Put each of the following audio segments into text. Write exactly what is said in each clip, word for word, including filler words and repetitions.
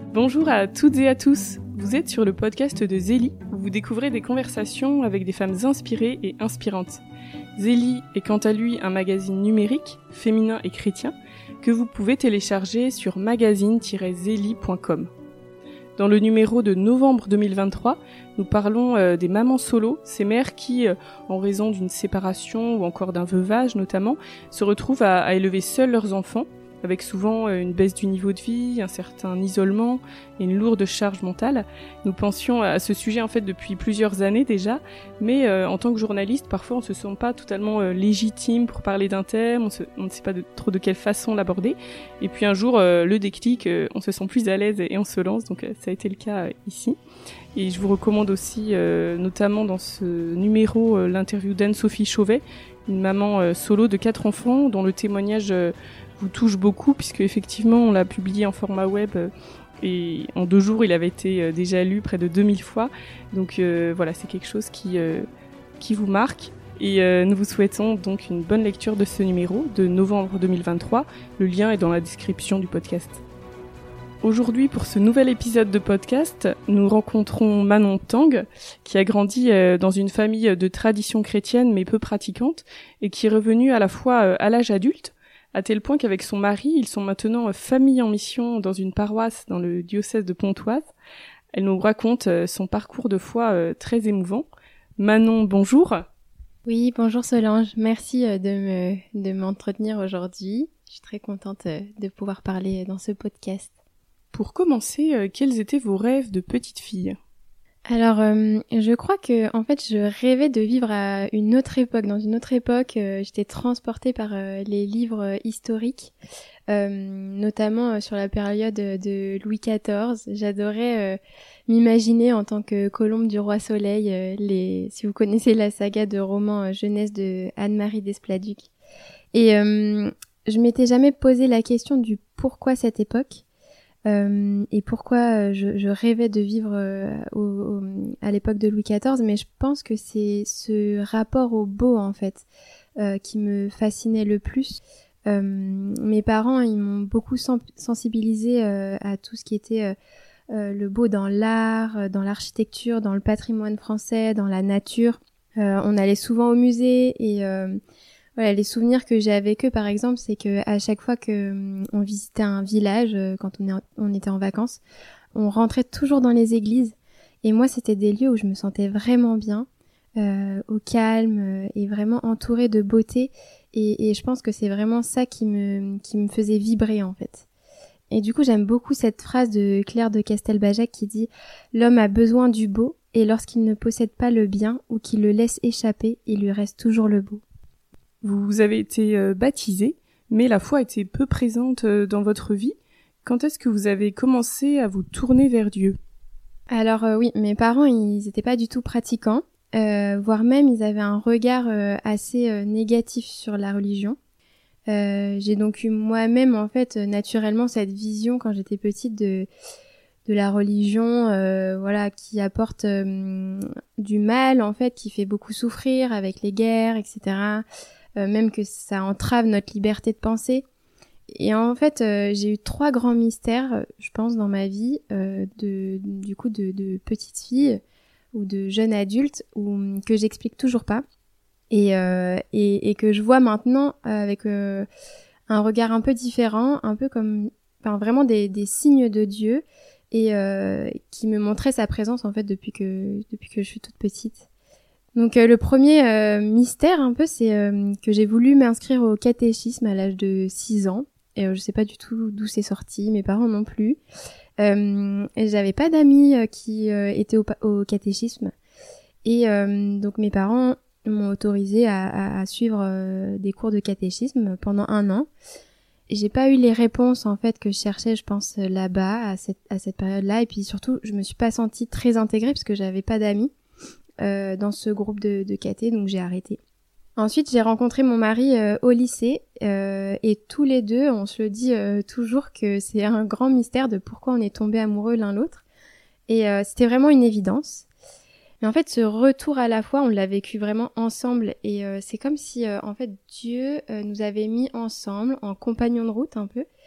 Bonjour à toutes et à tous, vous êtes sur le podcast de Zélie, où vous découvrez des conversations avec des femmes inspirées et inspirantes. Zélie est quant à lui un magazine numérique, féminin et chrétien, que vous pouvez télécharger sur magazine tiret zélie point com. Dans le numéro de novembre deux mille vingt-trois, nous parlons euh, des mamans solo, ces mères qui, euh, en raison d'une séparation ou encore d'un veuvage notamment, se retrouvent à, à élever seules leurs enfants, avec souvent euh, une baisse du niveau de vie, un certain isolement et une lourde charge mentale. Nous pensions à ce sujet en fait depuis plusieurs années déjà, mais euh, en tant que journaliste, parfois on se sent pas totalement euh, légitime pour parler d'un thème, on, se, on ne sait pas de, trop de quelle façon l'aborder. Et puis un jour, euh, le déclic, euh, on se sent plus à l'aise et, et on se lance, donc euh, ça a été le cas euh, ici. Et je vous recommande aussi, euh, notamment dans ce numéro, euh, l'interview d'Anne-Sophie Chauvet, une maman euh, solo de quatre enfants dont le témoignage euh, vous touche beaucoup, puisque effectivement on l'a publié en format web euh, et en deux jours il avait été euh, déjà lu près de deux mille fois. Donc euh, voilà, c'est quelque chose qui, euh, qui vous marque. Et euh, nous vous souhaitons donc une bonne lecture de ce numéro de novembre deux mille vingt-trois. Le lien est dans la description du podcast. Aujourd'hui, pour ce nouvel épisode de podcast, nous rencontrons Manon Tang, qui a grandi dans une famille de tradition chrétienne mais peu pratiquante, et qui est revenue à la fois à l'âge adulte, à tel point qu'avec son mari, ils sont maintenant famille en mission dans une paroisse dans le diocèse de Pontoise. Elle nous raconte son parcours de foi très émouvant. Manon, bonjour. Oui, bonjour Solange, merci de me de m'entretenir aujourd'hui. Je suis très contente de pouvoir parler dans ce podcast. Pour commencer, quels étaient vos rêves de petite fille ? Alors, euh, je crois que en fait, je rêvais de vivre à une autre époque. Dans une autre époque, euh, j'étais transportée par euh, les livres euh, historiques, euh, notamment euh, sur la période de Louis quatorze. J'adorais euh, m'imaginer en tant que colombe du roi Soleil, euh, les, si vous connaissez la saga de romans euh, jeunesse de Anne-Marie Desplat-Duc. Et euh, je m'étais jamais posé la question du pourquoi cette époque. Euh, et pourquoi je, je rêvais de vivre euh, au, au, à l'époque de Louis quatorze, mais je pense que c'est ce rapport au beau en fait euh, qui me fascinait le plus. Euh, mes parents, ils m'ont beaucoup sen- sensibilisée euh, à tout ce qui était euh, euh, le beau dans l'art, dans l'architecture, dans le patrimoine français, dans la nature. Euh, on allait souvent au musée et euh, Voilà, les souvenirs que j'ai avec eux, par exemple, c'est que à chaque fois que um, on visitait un village, euh, quand on, est en, on était en vacances, on rentrait toujours dans les églises. Et moi, c'était des lieux où je me sentais vraiment bien, euh, au calme euh, et vraiment entourée de beauté. Et, et je pense que c'est vraiment ça qui me qui me faisait vibrer en fait. Et du coup, j'aime beaucoup cette phrase de Claire de Castelbajac qui dit « L'homme a besoin du beau, et lorsqu'il ne possède pas le bien ou qu'il le laisse échapper, il lui reste toujours le beau. » Vous avez été euh, baptisée, mais la foi était peu présente euh, dans votre vie. Quand est-ce que vous avez commencé à vous tourner vers Dieu ? Alors euh, oui, mes parents, ils étaient pas du tout pratiquants, euh, voire même ils avaient un regard euh, assez euh, négatif sur la religion. Euh, j'ai donc eu moi-même en fait naturellement cette vision quand j'étais petite de de la religion, euh, voilà, qui apporte euh, du mal en fait, qui fait beaucoup souffrir avec les guerres, et cetera. Euh, même que ça entrave notre liberté de penser. Et en fait, euh, j'ai eu trois grands mystères, je pense, dans ma vie, euh, de, du coup, de, de petite fille ou de jeune adulte, ou que j'explique toujours pas, et, euh, et, et que je vois maintenant avec euh, un regard un peu différent, un peu comme, enfin, vraiment des, des signes de Dieu, et euh, qui me montrait sa présence en fait depuis que depuis que je suis toute petite. Donc euh, le premier euh, mystère un peu, c'est euh, que j'ai voulu m'inscrire au catéchisme à l'âge de six ans. Et euh, je sais pas du tout d'où c'est sorti, mes parents non plus. Euh, et j'avais pas d'amis euh, qui euh, étaient au, au catéchisme. Et euh, donc mes parents m'ont autorisée à, à, à suivre euh, des cours de catéchisme pendant un an. Et j'ai pas eu les réponses en fait que je cherchais, je pense, là-bas à cette, à cette période-là. Et puis surtout, je me suis pas sentie très intégrée parce que j'avais pas d'amis. Euh, dans ce groupe de, de caté, donc j'ai arrêté. Ensuite, j'ai rencontré mon mari euh, au lycée euh, et tous les deux, on se le dit euh, toujours que c'est un grand mystère de pourquoi on est tombés amoureux l'un l'autre. Et euh, c'était vraiment une évidence. Mais en fait, ce retour à la foi, on l'a vécu vraiment ensemble et euh, c'est comme si, euh, en fait, Dieu euh, nous avait mis ensemble en compagnons de route un peu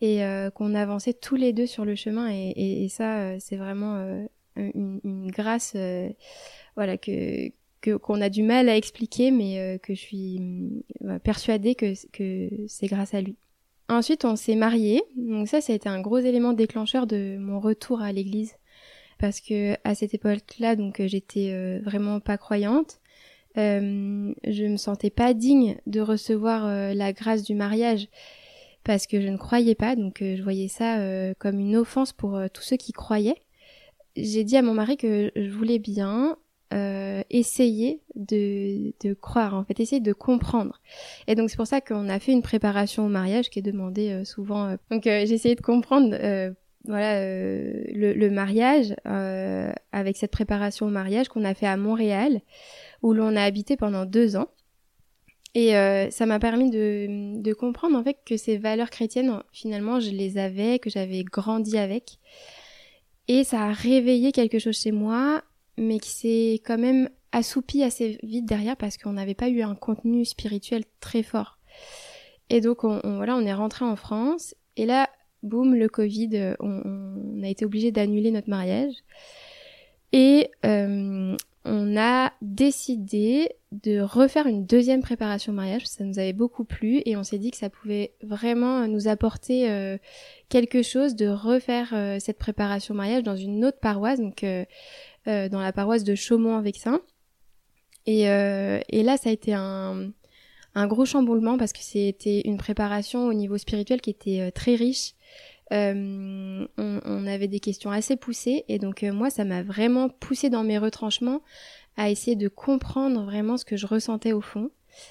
et euh, qu'on avançait tous les deux sur le chemin et, et, et ça euh, c'est vraiment euh, une, une grâce euh, voilà que, que qu'on a du mal à expliquer mais euh, que je suis euh, persuadée que que c'est grâce à lui. Ensuite on s'est mariés, donc ça ça a été un gros élément déclencheur de mon retour à l'église parce que à cette époque-là donc j'étais euh, vraiment pas croyante. Euh, je me sentais pas digne de recevoir euh, la grâce du mariage parce que je ne croyais pas, donc euh, je voyais ça euh, comme une offense pour euh, tous ceux qui croyaient. J'ai dit à mon mari que je voulais bien euh, essayer de, de croire, en fait, essayer de comprendre. Et donc c'est pour ça qu'on a fait une préparation au mariage qui est demandée euh, souvent. Euh. Donc euh, j'ai essayé de comprendre euh, voilà, euh, le, le mariage euh, avec cette préparation au mariage qu'on a fait à Montréal, où l'on a habité pendant deux ans. Et euh, ça m'a permis de, de comprendre en fait que ces valeurs chrétiennes, finalement, je les avais, que j'avais grandi avec. Et ça a réveillé quelque chose chez moi, mais qui s'est quand même assoupi assez vite derrière parce qu'on n'avait pas eu un contenu spirituel très fort. Et donc, on, on, voilà, on est rentré en France. Et là, boum, le Covid, on, on a été obligé d'annuler notre mariage. Et euh, on a décidé de refaire une deuxième préparation au mariage, ça nous avait beaucoup plu et on s'est dit que ça pouvait vraiment nous apporter euh, quelque chose de refaire euh, cette préparation au mariage dans une autre paroisse, donc euh, euh, dans la paroisse de Chaumont-en-Vexin. Et, euh, et là, ça a été un, un gros chamboulement parce que c'était une préparation au niveau spirituel qui était euh, très riche. Euh, on, on avait des questions assez poussées et donc euh, moi ça m'a vraiment poussée dans mes retranchements à essayer de comprendre vraiment ce que je ressentais au fond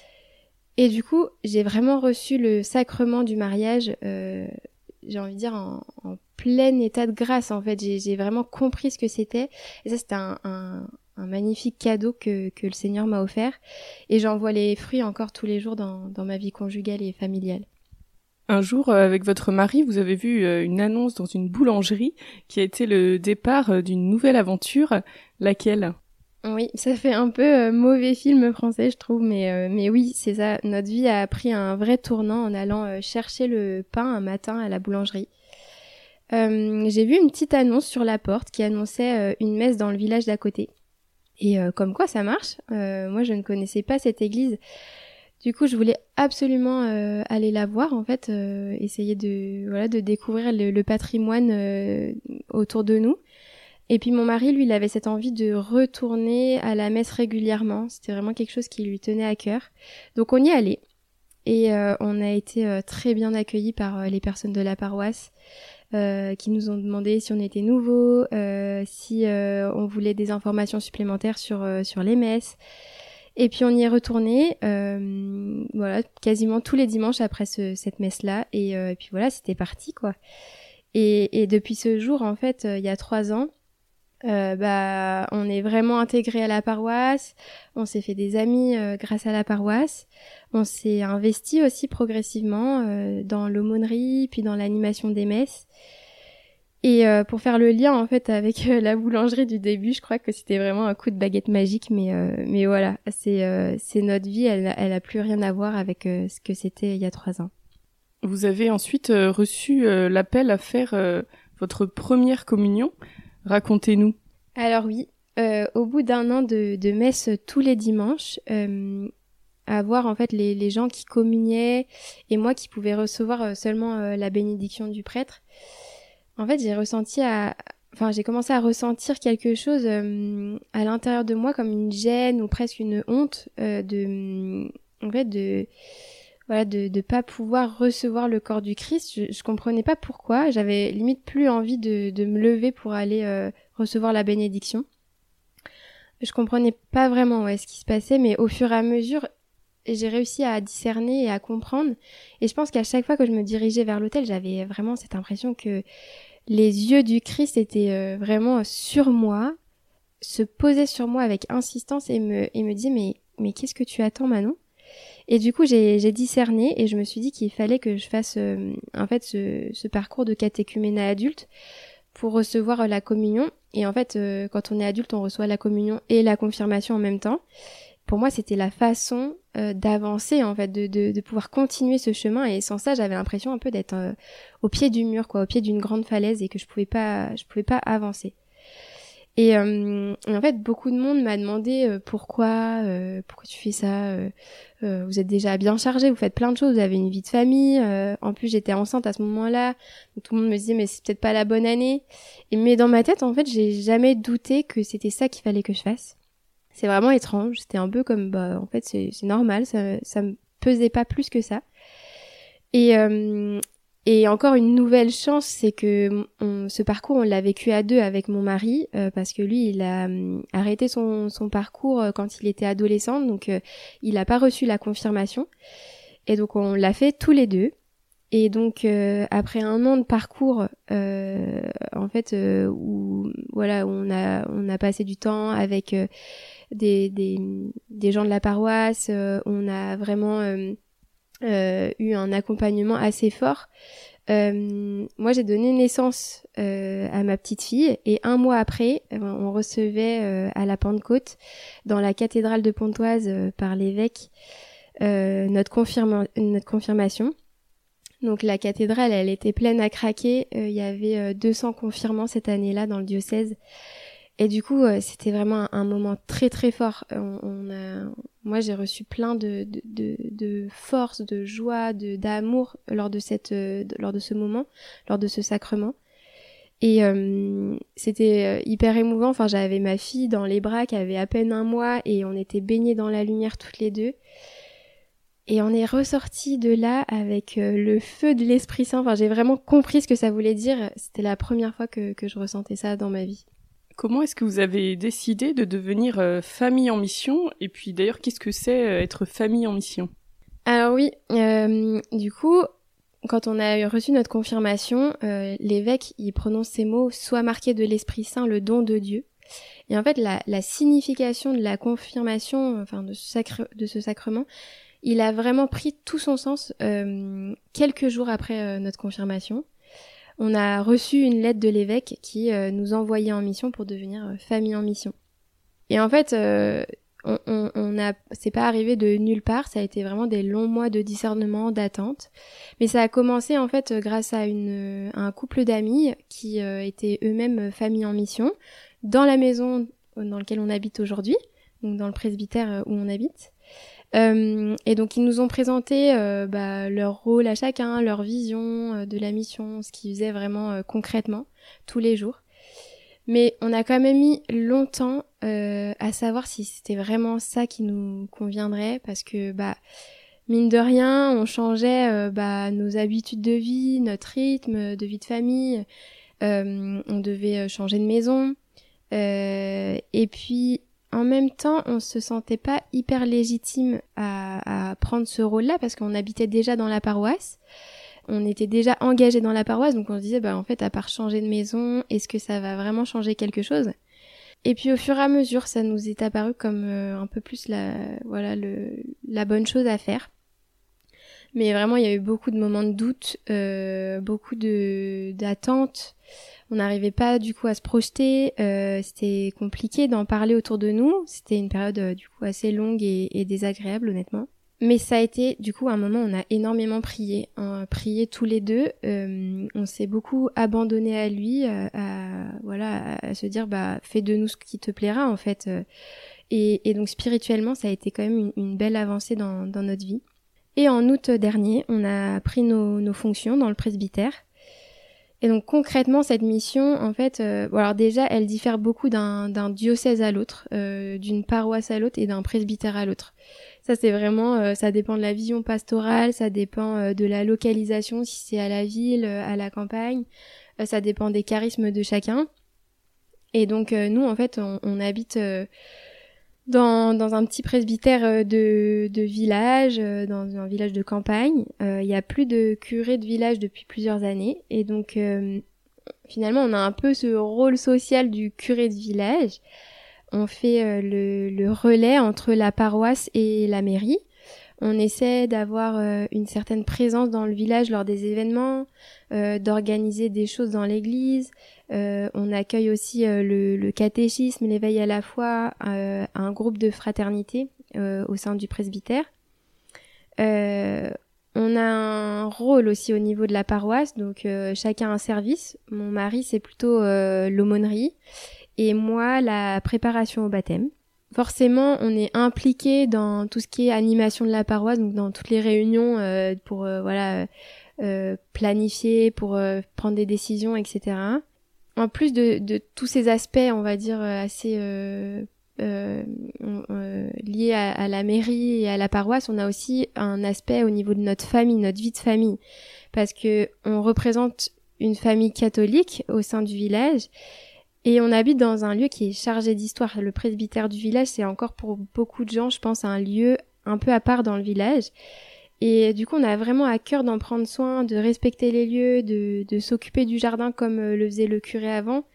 et du coup j'ai vraiment reçu le sacrement du mariage euh, j'ai envie de dire en, en plein état de grâce en fait j'ai, j'ai vraiment compris ce que c'était et ça c'était un, un, un magnifique cadeau que, que le Seigneur m'a offert et j'en vois les fruits encore tous les jours dans, dans ma vie conjugale et familiale. Un jour, avec votre mari, vous avez vu une annonce dans une boulangerie qui a été le départ d'une nouvelle aventure. Laquelle ? Oui, ça fait un peu euh, mauvais film français, je trouve, mais euh, mais oui, c'est ça. Notre vie a pris un vrai tournant en allant euh, chercher le pain un matin à la boulangerie. Euh, j'ai vu une petite annonce sur la porte qui annonçait euh, une messe dans le village d'à côté. Et euh, comme quoi ça marche. Euh, moi, je ne connaissais pas cette église. Du coup, je voulais absolument euh, aller la voir, en fait, euh, essayer de voilà de découvrir le, le patrimoine euh, autour de nous. Et puis mon mari, lui, il avait cette envie de retourner à la messe régulièrement. C'était vraiment quelque chose qui lui tenait à cœur. Donc on y allait. Et euh, on a été euh, très bien accueillis par euh, les personnes de la paroisse euh, qui nous ont demandé si on était nouveaux, euh, si euh, on voulait des informations supplémentaires sur, euh, sur les messes. Et puis on y est retourné, euh, voilà, quasiment tous les dimanches après ce, cette messe-là. Et, euh, et puis voilà, c'était parti, quoi. Et, et depuis ce jour, en fait, euh, il y a trois ans, euh, bah, on est vraiment intégré à la paroisse. On s'est fait des amis euh, grâce à la paroisse. On s'est investi aussi progressivement euh, dans l'aumônerie, puis dans l'animation des messes. Et euh, pour faire le lien en fait avec euh, la boulangerie du début, je crois que c'était vraiment un coup de baguette magique, mais euh, mais voilà, c'est euh, c'est notre vie, elle elle a plus rien à voir avec euh, ce que c'était il y a trois ans. Vous avez ensuite euh, reçu euh, l'appel à faire euh, votre première communion. Racontez-nous. Alors oui, euh, au bout d'un an de, de messe tous les dimanches, euh, à voir en fait les les gens qui communiaient et moi qui pouvais recevoir euh, seulement euh, la bénédiction du prêtre. En fait, j'ai ressenti à, enfin, j'ai commencé à ressentir quelque chose euh, à l'intérieur de moi comme une gêne ou presque une honte euh, de, en fait, de, voilà, de, de pas pouvoir recevoir le corps du Christ. Je, je comprenais pas pourquoi. J'avais limite plus envie de, de me lever pour aller euh, recevoir la bénédiction. Je comprenais pas vraiment ouais ce qui se passait, mais au fur et à mesure, j'ai réussi à discerner et à comprendre. Et je pense qu'à chaque fois que je me dirigeais vers l'autel, j'avais vraiment cette impression que les yeux du Christ étaient euh, vraiment sur moi, se posaient sur moi avec insistance et me, et me disaient mais, mais qu'est-ce que tu attends Manon ? Et du coup, j'ai, j'ai discerné et je me suis dit qu'il fallait que je fasse euh, en fait ce, ce parcours de catéchuménat adulte pour recevoir euh, la communion. Et en fait, euh, quand on est adulte, on reçoit la communion et la confirmation en même temps. pour moi, c'était la façon euh, d'avancer, en fait, de, de, de pouvoir continuer ce chemin. Et sans ça, j'avais l'impression un peu d'être euh, au pied du mur, quoi, au pied d'une grande falaise et que je pouvais pas, je pouvais pas avancer. Et, euh, et en fait, beaucoup de monde m'a demandé euh, pourquoi, euh, pourquoi tu fais ça. Euh, euh, vous êtes déjà bien chargé, vous faites plein de choses, vous avez une vie de famille. Euh, en plus, j'étais enceinte à ce moment-là, donc tout le monde me disait mais c'est peut-être pas la bonne année. Et mais dans ma tête, en fait, j'ai jamais douté que c'était ça qu'il fallait que je fasse. C'est vraiment étrange. C'était un peu comme bah en fait c'est c'est normal, ça ça me pesait pas plus que ça. Et euh, Et encore une nouvelle chance, c'est que on, ce parcours, on l'a vécu à deux avec mon mari, euh, parce que lui, il a euh, arrêté son, son parcours euh, quand il était adolescent, donc euh, il n'a pas reçu la confirmation. Et donc on l'a fait tous les deux. Et donc euh, après un an de parcours, euh, en fait, euh, où voilà, où on a on a passé du temps avec euh, des, des des gens de la paroisse, euh, on a vraiment euh, Euh, eu un accompagnement assez fort. Euh, moi, j'ai donné naissance euh, à ma petite fille et un mois après, on recevait euh, à la Pentecôte, dans la cathédrale de Pontoise euh, par l'évêque, euh, notre, confirma- notre confirmation. Donc la cathédrale, elle était pleine à craquer. Il euh, y avait euh, deux cents confirmants cette année-là dans le diocèse. Et du coup, euh, c'était vraiment un, un moment très très fort. On, on a, moi, j'ai reçu plein de, de, de, de force, de joie, de d'amour lors de cette, euh, de, lors de ce moment, lors de ce sacrement. Et euh, c'était hyper émouvant. Enfin, j'avais ma fille dans les bras qui avait à peine un mois et on était baignés dans la lumière toutes les deux. Et on est ressortis de là avec euh, le feu de l'Esprit Saint. Enfin, j'ai vraiment compris ce que ça voulait dire. C'était la première fois que, que je ressentais ça dans ma vie. Comment est-ce que vous avez décidé de devenir euh, famille en mission? Et puis d'ailleurs, qu'est-ce que c'est euh, être famille en mission? Alors oui, euh, du coup, quand on a reçu notre confirmation, euh, l'évêque, il prononce ces mots « Sois marqué de l'Esprit Saint, le don de Dieu ». Et en fait, la, la signification de la confirmation, enfin de ce, sacre, de ce sacrement, il a vraiment pris tout son sens euh, quelques jours après euh, notre confirmation. On a reçu une lettre de l'évêque qui euh, nous envoyait en mission pour devenir euh, famille en mission. Et en fait, euh, on, on, on a, c'est pas arrivé de nulle part. Ça a été vraiment des longs mois de discernement, d'attente. Mais ça a commencé en fait grâce à, une, à un couple d'amis qui euh, étaient eux-mêmes famille en mission dans la maison dans laquelle on habite aujourd'hui, donc dans le presbytère où on habite. Euh, et donc ils nous ont présenté euh, bah, leur rôle à chacun, leur vision euh, de la mission, ce qu'ils faisaient vraiment euh, concrètement tous les jours. Mais on a quand même mis longtemps euh, à savoir si c'était vraiment ça qui nous conviendrait, parce que bah mine de rien, on changeait euh, bah, nos habitudes de vie, notre rythme de vie de famille, euh, on devait changer de maison, euh, et puis en même temps, on se sentait pas hyper légitime à, à prendre ce rôle-là parce qu'on habitait déjà dans la paroisse. On était déjà engagés dans la paroisse, donc on se disait, bah en fait, à part changer de maison, est-ce que ça va vraiment changer quelque chose? Et puis au fur et à mesure, ça nous est apparu comme euh, un peu plus la, voilà, le, la bonne chose à faire. Mais vraiment, il y a eu beaucoup de moments de doute, euh, beaucoup de d'attentes. On n'arrivait pas du coup à se projeter, euh, c'était compliqué d'en parler autour de nous, c'était une période euh, du coup assez longue et, et désagréable honnêtement. Mais ça a été du coup un moment où on a énormément prié, hein, prié tous les deux, euh, on s'est beaucoup abandonné à lui, à, à voilà, à, à se dire bah fais de nous ce qui te plaira en fait. Et, et donc spirituellement ça a été quand même une, une belle avancée dans, dans notre vie. Et en août dernier, on a pris nos, nos fonctions dans le presbytère. Et donc concrètement, cette mission, en fait, euh, bon, alors déjà, elle diffère beaucoup d'un, d'un diocèse à l'autre, euh, d'une paroisse à l'autre et d'un presbytère à l'autre. Ça, c'est vraiment, euh, ça dépend de la vision pastorale, ça dépend euh, de la localisation, si c'est à la ville, euh, à la campagne, euh, ça dépend des charismes de chacun. Et donc euh, nous, en fait, on, on habite euh, dans, dans un petit presbytère de, de village, dans un village de campagne. Euh, il y a plus de curé de village depuis plusieurs années. Et donc, euh, finalement, on a un peu ce rôle social du curé de village. On fait euh, le, le relais entre la paroisse et la mairie. On essaie d'avoir euh, une certaine présence dans le village lors des événements, euh, d'organiser des choses dans l'église. Euh, on accueille aussi euh, le, le catéchisme, l'éveil à la foi, euh, un groupe de fraternité euh, au sein du presbytère. Euh, on a un rôle aussi au niveau de la paroisse, donc euh, chacun un service. Mon mari, c'est plutôt euh, l'aumônerie et moi, la préparation au baptême. Forcément, on est impliqué dans tout ce qui est animation de la paroisse, donc dans toutes les réunions euh, pour euh, voilà euh, planifier, pour euh, prendre des décisions, et cetera. En plus de, de tous ces aspects, on va dire assez euh, euh, euh, liés à, à la mairie et à la paroisse, on a aussi un aspect au niveau de notre famille, notre vie de famille, parce que on représente une famille catholique au sein du village. Et on habite dans un lieu qui est chargé d'histoire. Le presbytère du village, c'est encore pour beaucoup de gens, je pense, un lieu un peu à part dans le village. Et du coup, on a vraiment à cœur d'en prendre soin, de respecter les lieux, de, de s'occuper du jardin comme le faisait le curé avant.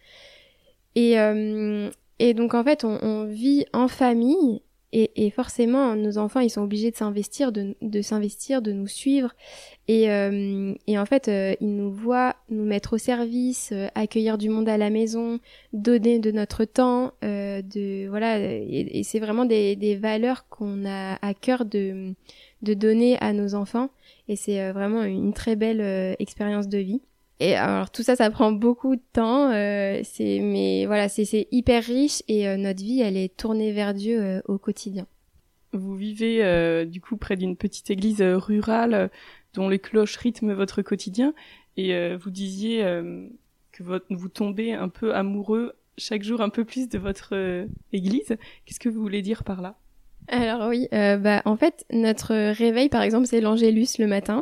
Et, euh, et donc, en fait, on, on vit en famille. Et, et forcément, nos enfants, ils sont obligés de s'investir, de, de s'investir, de nous suivre. Et, euh, et en fait, euh, ils nous voient nous mettre au service, euh, accueillir du monde à la maison, donner de notre temps. Euh, de voilà. Et, et c'est vraiment des, des valeurs qu'on a à cœur de, de donner à nos enfants. Et c'est euh, vraiment une très belle euh, expérience de vie. Et alors tout ça, ça prend beaucoup de temps, euh, c'est mais voilà, c'est c'est hyper riche et euh, notre vie, elle est tournée vers Dieu euh, au quotidien. Vous vivez euh, du coup près d'une petite église euh, rurale euh, dont les cloches rythment votre quotidien et euh, vous disiez euh, que votre, vous tombez un peu amoureux chaque jour un peu plus de votre euh, église. Qu'est-ce que vous voulez dire par là ? Alors oui, euh, bah en fait notre réveil par exemple c'est l'Angélus le matin.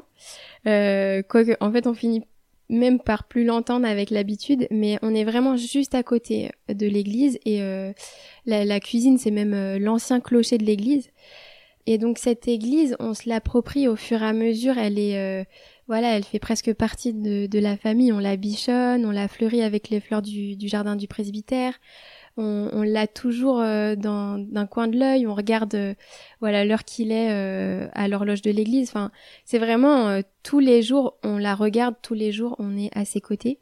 Euh, quoique en fait on finit même par plus l'entendre avec l'habitude, mais on est vraiment juste à côté de l'église et euh, la, la cuisine c'est même euh, l'ancien clocher de l'église. Et donc cette église, on se l'approprie au fur et à mesure, elle est euh, voilà, elle fait presque partie de, de la famille, on la bichonne, on la fleurit avec les fleurs du, du jardin du presbytère. On, on l'a toujours euh, dans d'un coin de l'œil, on regarde euh, voilà l'heure qu'il est euh, à l'horloge de l'église. Enfin, c'est vraiment euh, tous les jours, on la regarde, tous les jours, on est à ses côtés.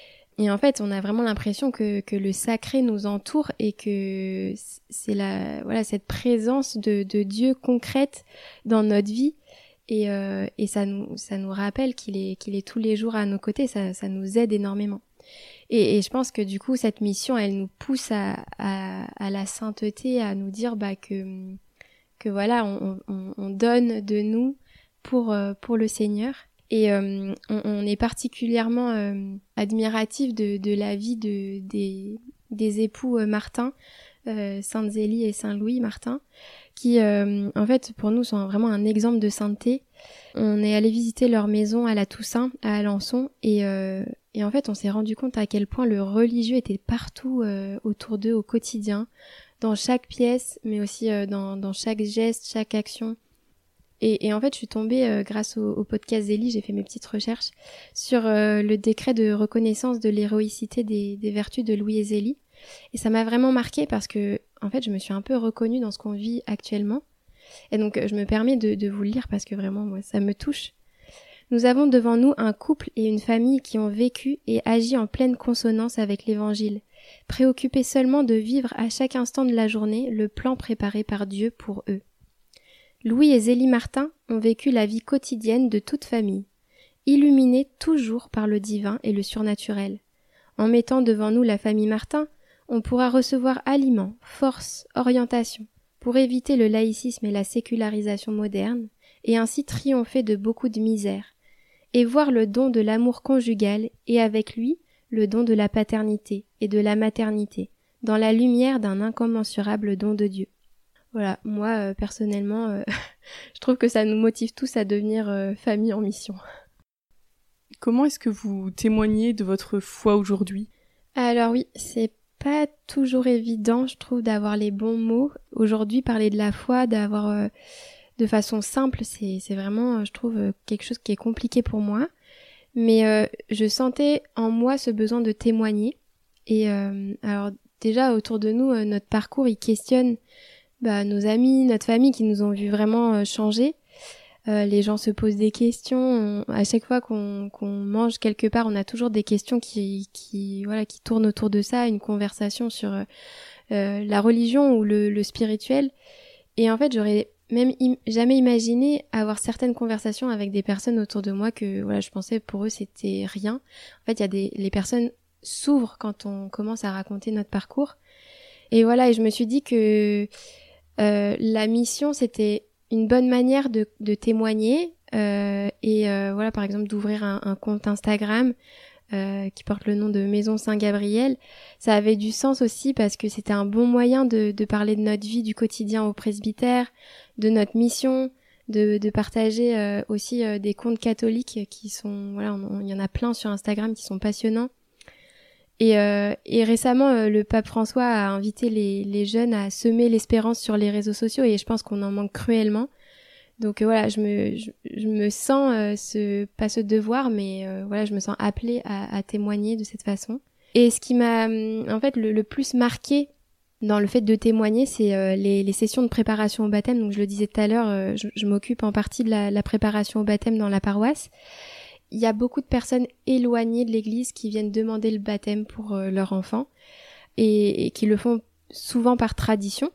Et en fait, on a vraiment l'impression que que le sacré nous entoure et que c'est la voilà cette présence de de Dieu concrète dans notre vie. Et euh, et ça nous ça nous rappelle qu'il est qu'il est tous les jours à nos côtés. Ça ça nous aide énormément. Et, et je pense que du coup cette mission elle nous pousse à, à, à la sainteté, à nous dire bah que que voilà on, on, on donne de nous pour pour le Seigneur. Et euh, on, on est particulièrement euh, admiratif de, de la vie de des des époux euh, Martin, euh, Sainte Zélie et Saint Louis Martin, qui euh, en fait pour nous sont vraiment un exemple de sainteté. On est allé visiter leur maison à la Toussaint à Alençon et euh, Et en fait, on s'est rendu compte à quel point le religieux était partout euh, autour d'eux au quotidien, dans chaque pièce, mais aussi euh, dans, dans chaque geste, chaque action. Et, et en fait, je suis tombée, euh, grâce au, au podcast Zélie, j'ai fait mes petites recherches, sur euh, le décret de reconnaissance de l'héroïcité des, des vertus de Louis et Zélie. Et ça m'a vraiment marquée parce que, en fait, je me suis un peu reconnue dans ce qu'on vit actuellement. Et donc, je me permets de, de vous le lire parce que vraiment, moi, ça me touche. Nous avons devant nous un couple et une famille qui ont vécu et agi en pleine consonance avec l'Évangile, préoccupés seulement de vivre à chaque instant de la journée le plan préparé par Dieu pour eux. Louis et Zélie Martin ont vécu la vie quotidienne de toute famille, illuminés toujours par le divin et le surnaturel. En mettant devant nous la famille Martin, on pourra recevoir aliments, force, orientation, pour éviter le laïcisme et la sécularisation moderne, et ainsi triompher de beaucoup de misère, et voir le don de l'amour conjugal et avec lui le don de la paternité et de la maternité, dans la lumière d'un incommensurable don de Dieu. Voilà, moi euh, personnellement, euh, je trouve que ça nous motive tous à devenir euh, famille en mission. Comment est-ce que vous témoignez de votre foi aujourd'hui ? Alors oui, c'est pas toujours évident, je trouve, d'avoir les bons mots. Aujourd'hui, parler de la foi, d'avoir... Euh, de façon simple, c'est, c'est vraiment, je trouve, quelque chose qui est compliqué pour moi. Mais euh, je sentais en moi ce besoin de témoigner. Et euh, alors déjà, autour de nous, euh, notre parcours, il questionne bah, nos amis, notre famille qui nous ont vu vraiment euh, changer. Euh, les gens se posent des questions. On, à chaque fois qu'on, qu'on mange quelque part, on a toujours des questions qui, qui, voilà, qui tournent autour de ça, une conversation sur euh, la religion ou le, le spirituel. et en fait, j'aurais même im- jamais imaginé avoir certaines conversations avec des personnes autour de moi que voilà, je pensais pour eux c'était rien. En fait, il y a des les personnes s'ouvrent quand on commence à raconter notre parcours. Et voilà, et je me suis dit que euh, la mission c'était une bonne manière de de témoigner euh, et euh, voilà, par exemple d'ouvrir un, un compte Instagram euh, qui porte le nom de Maison Saint-Gabriel. Ça avait du sens aussi parce que c'était un bon moyen de de parler de notre vie du quotidien au presbytère, de notre mission, de, de partager euh, aussi euh, des contes catholiques qui sont, voilà, il y en a plein sur Instagram qui sont passionnants. Et, euh, et récemment, euh, le pape François a invité les, les jeunes à semer l'espérance sur les réseaux sociaux et je pense qu'on en manque cruellement. Donc euh, voilà, je me, je, je me sens euh, ce, pas ce devoir, mais euh, voilà, je me sens appelée à, à témoigner de cette façon. Et ce qui m'a, en fait, le, le plus marqué dans le fait de témoigner, c'est euh, les, les sessions de préparation au baptême. Donc je le disais tout à l'heure, euh, je, je m'occupe en partie de la, la préparation au baptême dans la paroisse. Il y a beaucoup de personnes éloignées de l'église qui viennent demander le baptême pour euh, leur enfant et, et qui le font souvent par tradition.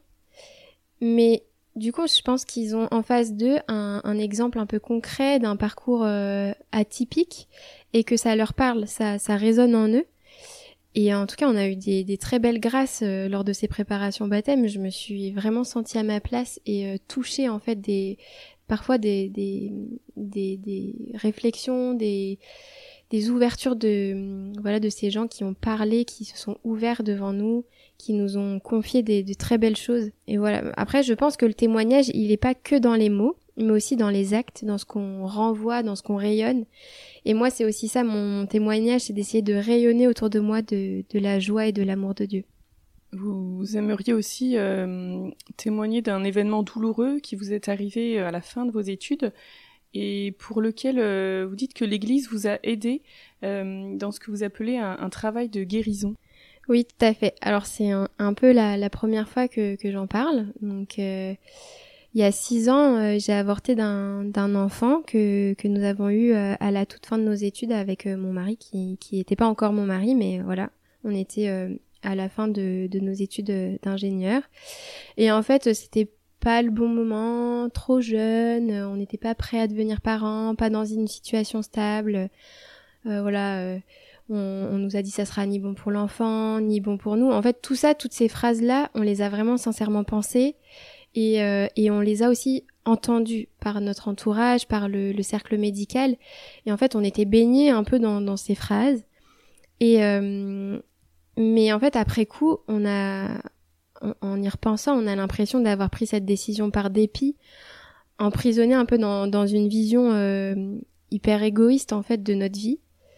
Mais du coup, je pense qu'ils ont en face d'eux un, un exemple un peu concret d'un parcours euh, atypique et que ça leur parle, ça, ça résonne en eux. Et en tout cas, on a eu des, des très belles grâces euh, lors de ces préparations baptême. Je me suis vraiment sentie à ma place et euh, touchée en fait des parfois des des des, des réflexions, des des ouvertures de voilà de ces gens qui ont parlé, qui se sont ouverts devant nous, qui nous ont confié des de très belles choses. Et voilà. Après, je pense que le témoignage, il est pas que dans les mots, mais aussi dans les actes, dans ce qu'on renvoie, dans ce qu'on rayonne. Et moi, c'est aussi ça, mon témoignage, c'est d'essayer de rayonner autour de moi de, de la joie et de l'amour de Dieu. Vous aimeriez aussi euh, témoigner d'un événement douloureux qui vous est arrivé à la fin de vos études et pour lequel euh, vous dites que l'Église vous a aidé euh, dans ce que vous appelez un, un travail de guérison. Oui, tout à fait. Alors, c'est un, un peu la, la première fois que, que j'en parle. Donc... Euh... Il y a six ans, euh, j'ai avorté d'un, d'un enfant que, que nous avons eu euh, à la toute fin de nos études avec euh, mon mari, qui qui était pas encore mon mari, mais voilà, on était euh, à la fin de, de nos études d'ingénieur. Et en fait, c'était pas le bon moment, trop jeune, on n'était pas prêt à devenir parents, pas dans une situation stable. Euh, voilà, euh, on, on nous a dit ça sera ni bon pour l'enfant, ni bon pour nous. En fait, tout ça, toutes ces phrases-là, on les a vraiment sincèrement pensées. Et, euh, et on les a aussi entendus par notre entourage, par le, le cercle médical. Et en fait, on était baignés un peu dans, dans ces phrases. Et euh, mais en fait, après coup, on a, en, en y repensant, on a l'impression d'avoir pris cette décision par dépit, emprisonné un peu dans, dans une vision euh, hyper égoïste en fait de notre vie.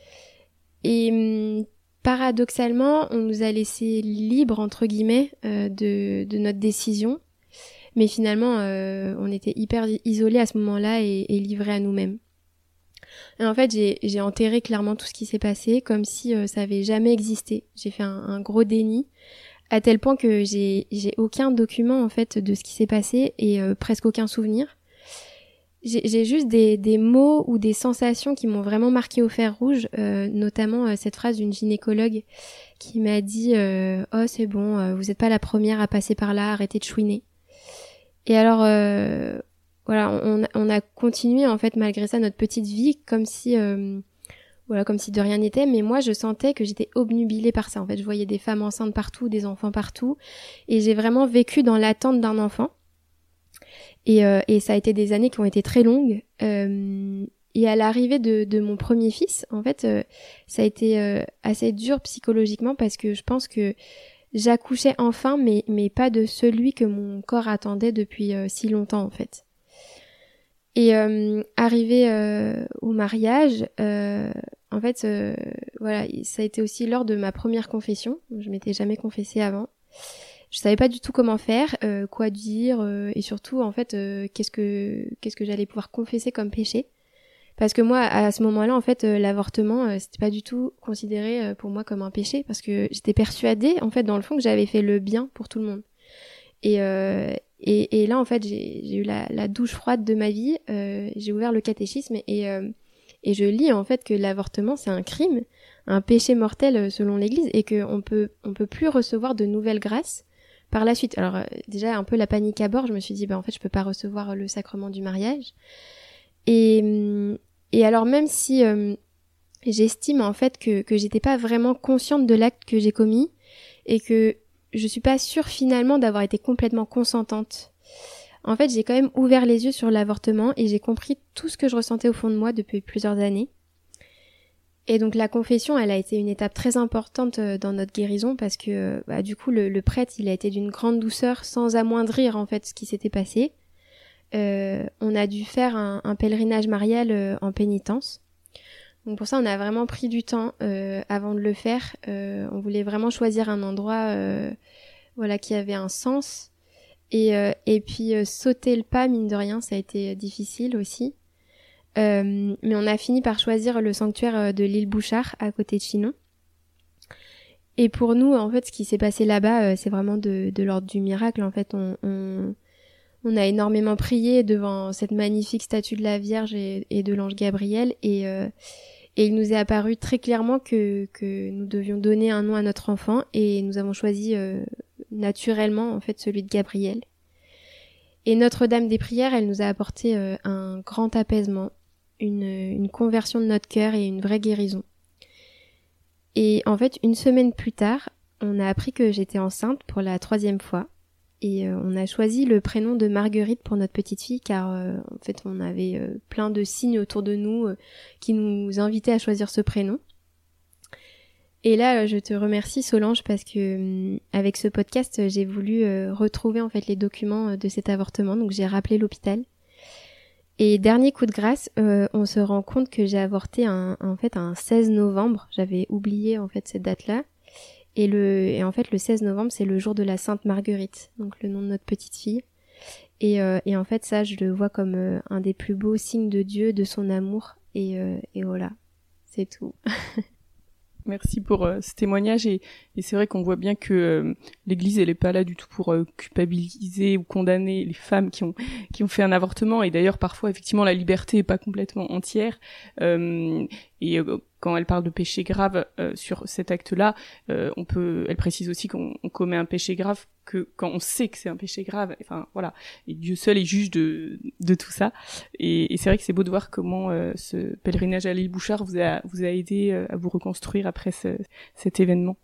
Et hum, paradoxalement, on nous a laissé libres entre guillemets euh, de, de notre décision. Mais finalement, euh, on était hyper isolés à ce moment-là et, et livrés à nous-mêmes. Et en fait, j'ai, j'ai enterré clairement tout ce qui s'est passé, comme si euh, ça avait jamais existé. J'ai fait un, un gros déni, à tel point que j'ai, j'ai aucun document en fait de ce qui s'est passé et euh, presque aucun souvenir. J'ai, j'ai juste des, des mots ou des sensations qui m'ont vraiment marqué au fer rouge, euh, notamment euh, cette phrase d'une gynécologue qui m'a dit euh, « Oh, c'est bon, euh, vous n'êtes pas la première à passer par là, arrêtez de chouiner ». Et alors, euh, voilà, on, on a continué en fait malgré ça notre petite vie comme si, euh, voilà, comme si de rien n'était. Mais moi, je sentais que j'étais obnubilée par ça. En fait, je voyais des femmes enceintes partout, des enfants partout, et j'ai vraiment vécu dans l'attente d'un enfant. Et, euh, et ça a été des années qui ont été très longues. Euh, et à l'arrivée de, de mon premier fils, en fait, euh, ça a été euh, assez dur psychologiquement parce que je pense que j'accouchais enfin, mais, mais pas de celui que mon corps attendait depuis euh, si longtemps, en fait. Et euh, arrivé euh, au mariage, euh, en fait, euh, voilà, ça a été aussi lors de ma première confession. Je m'étais jamais confessée avant. Je savais pas du tout comment faire, euh, quoi dire, euh, et surtout, en fait, euh, qu'est-ce que qu'est-ce que j'allais pouvoir confesser comme péché. Parce que moi, à ce moment-là, en fait, euh, l'avortement, euh, c'était pas du tout considéré euh, pour moi comme un péché, parce que j'étais persuadée, en fait, dans le fond, que j'avais fait le bien pour tout le monde. Et euh, et, et là, en fait, j'ai, j'ai eu la, la douche froide de ma vie. Euh, j'ai ouvert le catéchisme et euh, et je lis en fait que l'avortement, c'est un crime, un péché mortel selon l'Église, et que on peut on peut plus recevoir de nouvelles grâces par la suite, alors euh, déjà un peu la panique à bord, je me suis dit bah en fait je peux pas recevoir le sacrement du mariage. Et et alors même si euh, j'estime en fait que que j'étais pas vraiment consciente de l'acte que j'ai commis et que je suis pas sûre finalement d'avoir été complètement consentante. En fait, j'ai quand même ouvert les yeux sur l'avortement et j'ai compris tout ce que je ressentais au fond de moi depuis plusieurs années. Et donc la confession, elle a été une étape très importante dans notre guérison parce que bah, du coup le, le prêtre, il a été d'une grande douceur sans amoindrir en fait ce qui s'était passé. Euh, on a dû faire un, un pèlerinage marial euh, en pénitence. Donc pour ça, on a vraiment pris du temps euh, avant de le faire. Euh, on voulait vraiment choisir un endroit euh, voilà, qui avait un sens. Et, euh, et puis euh, sauter le pas, mine de rien, ça a été difficile aussi. Euh, mais on a fini par choisir le sanctuaire de l'île Bouchard, à côté de Chinon. Et pour nous, en fait, ce qui s'est passé là-bas, euh, c'est vraiment de, de l'ordre du miracle. En fait, on, on, on a énormément prié devant cette magnifique statue de la Vierge et, et de l'ange Gabriel. Et, euh, et il nous est apparu très clairement que, que nous devions donner un nom à notre enfant. Et nous avons choisi euh, naturellement, en fait, celui de Gabriel. Et Notre-Dame des Prières, elle nous a apporté euh, un grand apaisement, une, une conversion de notre cœur et une vraie guérison. Et en fait, une semaine plus tard, on a appris que j'étais enceinte pour la troisième fois. Et euh, on a choisi le prénom de Marguerite pour notre petite fille, car euh, en fait, on avait euh, plein de signes autour de nous euh, qui nous invitaient à choisir ce prénom. Et là, je te remercie Solange parce que euh, avec ce podcast, j'ai voulu euh, retrouver en fait les documents de cet avortement. Donc j'ai rappelé l'hôpital. Et dernier coup de grâce, euh, on se rend compte que j'ai avorté un, en fait un seize novembre. J'avais oublié en fait cette date-là. Et le et en fait le seize novembre, c'est le jour de la Sainte Marguerite, donc le nom de notre petite fille. Et euh, et en fait ça, je le vois comme euh, un des plus beaux signes de Dieu, de son amour. Et euh, et voilà, c'est tout. Merci pour euh, ce témoignage et, et c'est vrai qu'on voit bien que euh, l'Église elle est pas là du tout pour euh, culpabiliser ou condamner les femmes qui ont qui ont fait un avortement et d'ailleurs parfois effectivement la liberté est pas complètement entière euh, et euh, quand elle parle de péché grave euh, sur cet acte-là, euh, on peut, elle précise aussi qu'on on commet un péché grave que quand on sait que c'est un péché grave. Enfin voilà, et Dieu seul est juge de de tout ça. Et, et c'est vrai que c'est beau de voir comment euh, ce pèlerinage à l'île Bouchard vous a vous a aidé euh, à vous reconstruire après ce, cet événement.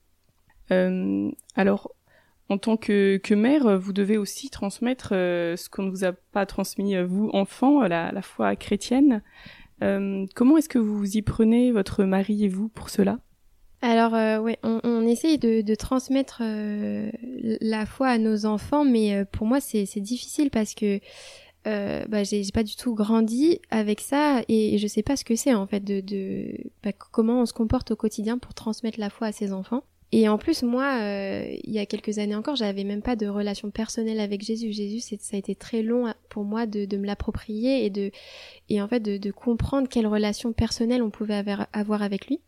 Euh, alors. En tant que, que mère, vous devez aussi transmettre euh, ce qu'on ne vous a pas transmis, vous, enfant, la, la foi chrétienne. Euh, comment est-ce que vous vous y prenez, votre mari et vous, pour cela ? Alors, euh, ouais, on, on essaye de, de transmettre euh, la foi à nos enfants, mais euh, pour moi, c'est, c'est difficile parce que euh, bah, j'ai, j'ai pas du tout grandi avec ça et, et je sais pas ce que c'est, en fait, de, de bah, comment on se comporte au quotidien pour transmettre la foi à ses enfants. Et en plus, moi, euh, il y a quelques années encore, j'avais même pas de relation personnelle avec Jésus. Jésus, c'est, ça a été très long pour moi de, de me l'approprier et de, et en fait, de, de comprendre quelle relation personnelle on pouvait avoir, avoir avec lui.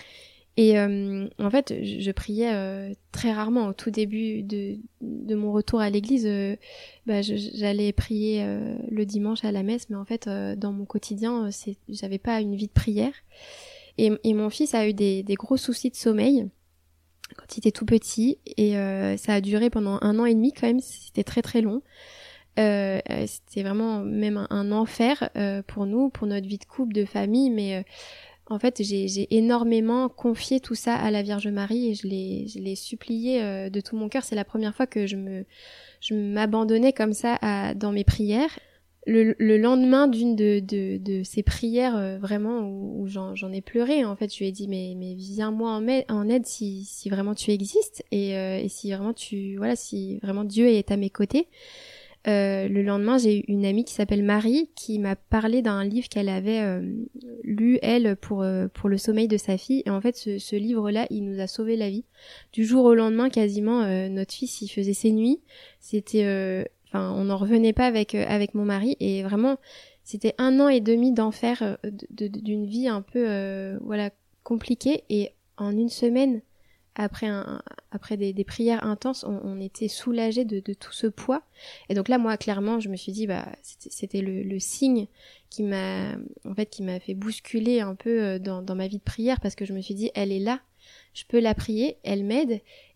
Et euh, en fait, je, je priais euh, très rarement au tout début de, de mon retour à l'église. Euh, bah, je, j'allais prier euh, le dimanche à la messe, mais en fait, euh, dans mon quotidien, c'est, j'avais pas une vie de prière. Et, et mon fils a eu des, des gros soucis de sommeil quand il était tout petit et euh, ça a duré pendant un an et demi quand même, c'était très très long. Euh, c'était vraiment même un, un enfer euh, pour nous, pour notre vie de couple, de famille, mais euh, en fait j'ai, j'ai énormément confié tout ça à la Vierge Marie et je l'ai, je l'ai supplié euh, de tout mon cœur. C'est la première fois que je me, je m'abandonnais comme ça à, dans mes prières. Le, le lendemain d'une de, de, de ces prières euh, vraiment où, où j'en, j'en ai pleuré, en fait je lui ai dit mais, mais viens-moi en, ma- en aide si, si vraiment tu existes et, euh, et si vraiment tu voilà si vraiment Dieu est à mes côtés. Euh, le lendemain j'ai eu une amie qui s'appelle Marie qui m'a parlé d'un livre qu'elle avait euh, lu elle pour euh, pour le sommeil de sa fille et en fait ce, ce livre-là il nous a sauvé la vie. Du jour au lendemain quasiment euh, notre fils il faisait ses nuits, c'était euh, Enfin, on n'en revenait pas avec euh, avec mon mari et vraiment c'était un an et demi d'enfer euh, de, de, d'une vie un peu euh, voilà compliquée et en une semaine après un après des, des prières intenses on, on était soulagés de, de tout ce poids et donc là moi clairement je me suis dit bah c'était, c'était le, le signe qui m'a en fait qui m'a fait bousculer un peu dans dans ma vie de prière parce que je me suis dit elle est là, je peux la prier, elle m'aide.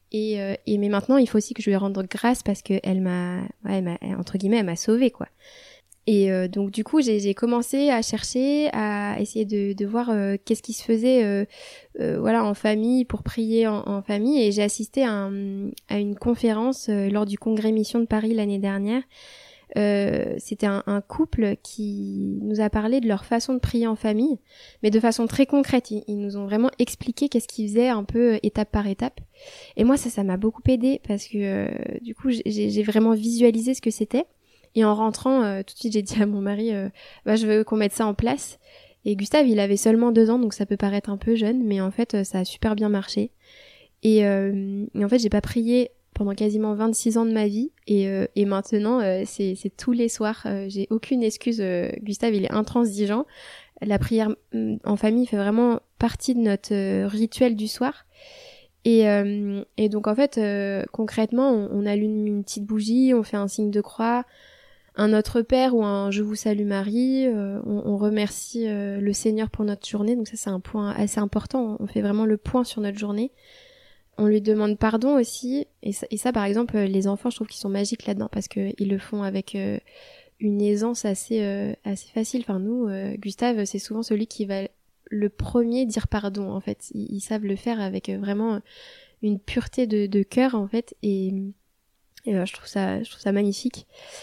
Et, euh, et mais maintenant, il faut aussi que je lui rende grâce parce que elle m'a, ouais, elle m'a, entre guillemets, elle m'a sauvée, quoi. Et euh, donc du coup, j'ai, j'ai commencé à chercher, à essayer de, de voir euh, qu'est-ce qui se faisait, euh, euh, voilà, en famille pour prier en, en famille. Et j'ai assisté à, un, à une conférence euh, lors du Congrès Mission de Paris l'année dernière. Euh, c'était un, un couple qui nous a parlé de leur façon de prier en famille, mais de façon très concrète. Ils, ils nous ont vraiment expliqué qu'est-ce qu'ils faisaient un peu euh, étape par étape. Et moi, ça, ça m'a beaucoup aidé parce que euh, du coup, j'ai, j'ai vraiment visualisé ce que c'était. Et en rentrant, euh, tout de suite, j'ai dit à mon mari, euh, bah, je veux qu'on mette ça en place. Et Gustave, il avait seulement deux ans, donc ça peut paraître un peu jeune, mais en fait, ça a super bien marché. Et, euh, et en fait, j'ai pas prié pendant quasiment vingt-six ans de ma vie, et, euh, et maintenant, euh, c'est, c'est tous les soirs. Euh, j'ai aucune excuse. Euh, Gustave, il est intransigeant. La prière en famille fait vraiment partie de notre euh, rituel du soir. Et, euh, et donc, en fait, euh, concrètement, on, on allume une petite bougie, on fait un signe de croix, un Notre Père ou un Je vous salue Marie, euh, on, on remercie euh, le Seigneur pour notre journée, donc ça c'est un point assez important, on fait vraiment le point sur notre journée. On lui demande pardon aussi, et ça, et ça par exemple les enfants je trouve qu'ils sont magiques là-dedans parce que ils le font avec euh, une aisance assez euh, assez facile. Enfin nous, euh, Gustave c'est souvent celui qui va le premier dire pardon en fait, ils, ils savent le faire avec vraiment une pureté de, de cœur en fait, et, et euh, je trouve ça je trouve ça magnifique.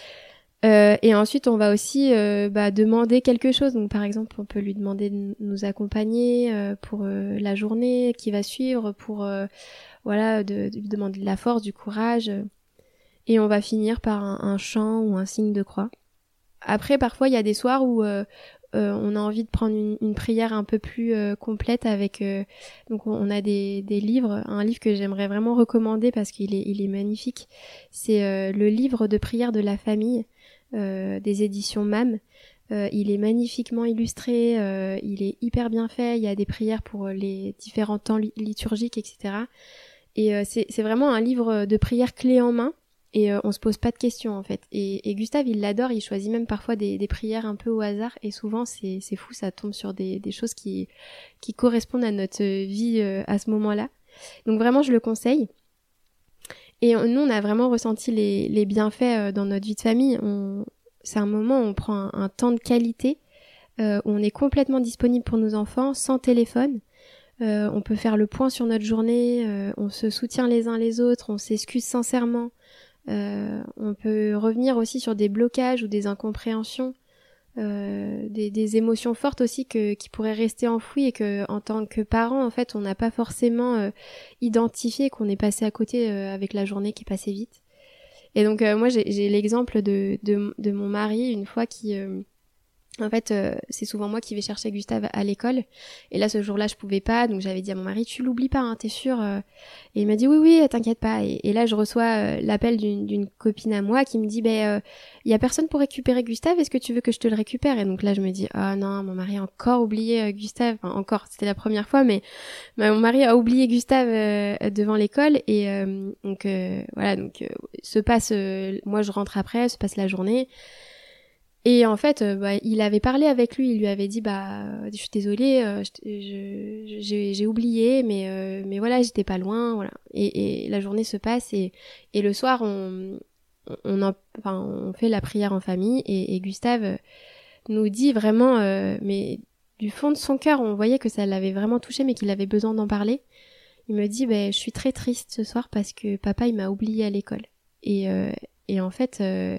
Euh, et ensuite, on va aussi euh, bah, demander quelque chose. Donc, par exemple, on peut lui demander de nous accompagner euh, pour euh, la journée qui va suivre, pour euh, voilà, de, de lui demander de la force, du courage. Et on va finir par un, un chant ou un signe de croix. Après, parfois, il y a des soirs où euh, euh, on a envie de prendre une, une prière un peu plus euh, complète avec. Euh, donc, on a des, des livres. Un livre que j'aimerais vraiment recommander parce qu'il est, il est magnifique. C'est euh, le livre de prière de la famille. Euh, des éditions M A M. Euh, il est magnifiquement illustré, euh, il est hyper bien fait, il y a des prières pour les différents temps li- liturgiques, et cetera. Et euh, c'est, c'est vraiment un livre de prière clé en main, et euh, on se pose pas de questions en fait. Et, et Gustave, il l'adore, il choisit même parfois des, des prières un peu au hasard, et souvent c'est, c'est fou, ça tombe sur des, des choses qui, qui correspondent à notre vie euh, à ce moment-là. Donc vraiment, je le conseille. Et nous, on a vraiment ressenti les, les bienfaits dans notre vie de famille. On, c'est un moment où on prend un, un temps de qualité, euh, où on est complètement disponible pour nos enfants, sans téléphone. Euh, on peut faire le point sur notre journée, euh, on se soutient les uns les autres, on s'excuse sincèrement. Euh, on peut revenir aussi sur des blocages ou des incompréhensions, euh, des, des émotions fortes aussi que, qui pourraient rester enfouies et que, en tant que parents, en fait, on n'a pas forcément euh, identifié, qu'on est passé à côté euh, avec la journée qui est passée vite. Et donc, euh, moi, j'ai, j'ai l'exemple de, de, de mon mari, une fois qui... Euh, En fait, euh, c'est souvent moi qui vais chercher Gustave à l'école. Et là, ce jour-là, je pouvais pas. Donc, j'avais dit à mon mari, tu l'oublies pas, hein, t'es sûr? Et il m'a dit, oui, oui, t'inquiète pas. Et, et là, je reçois euh, l'appel d'une, d'une copine à moi qui me dit, ben, il euh, y a personne pour récupérer Gustave. Est-ce que tu veux que je te le récupère? Et donc là, je me dis, ah oh, non, mon mari a encore oublié euh, Gustave. Enfin, encore, c'était la première fois, mais bah, mon mari a oublié Gustave euh, devant l'école. Et euh, donc, euh, voilà, donc, euh, se passe, euh, moi, je rentre après, se passe la journée. Et en fait, euh, bah, il avait parlé avec lui, il lui avait dit bah je suis désolée, euh, je, je, j'ai, j'ai oublié, mais euh, mais voilà, j'étais pas loin, voilà. Et, et la journée se passe et et le soir on on en, enfin on fait la prière en famille et, et Gustave nous dit vraiment, euh, mais du fond de son cœur, on voyait que ça l'avait vraiment touché, mais qu'il avait besoin d'en parler. Il me dit bah je suis très triste ce soir parce que papa il m'a oublié à l'école. Et euh, et en fait euh,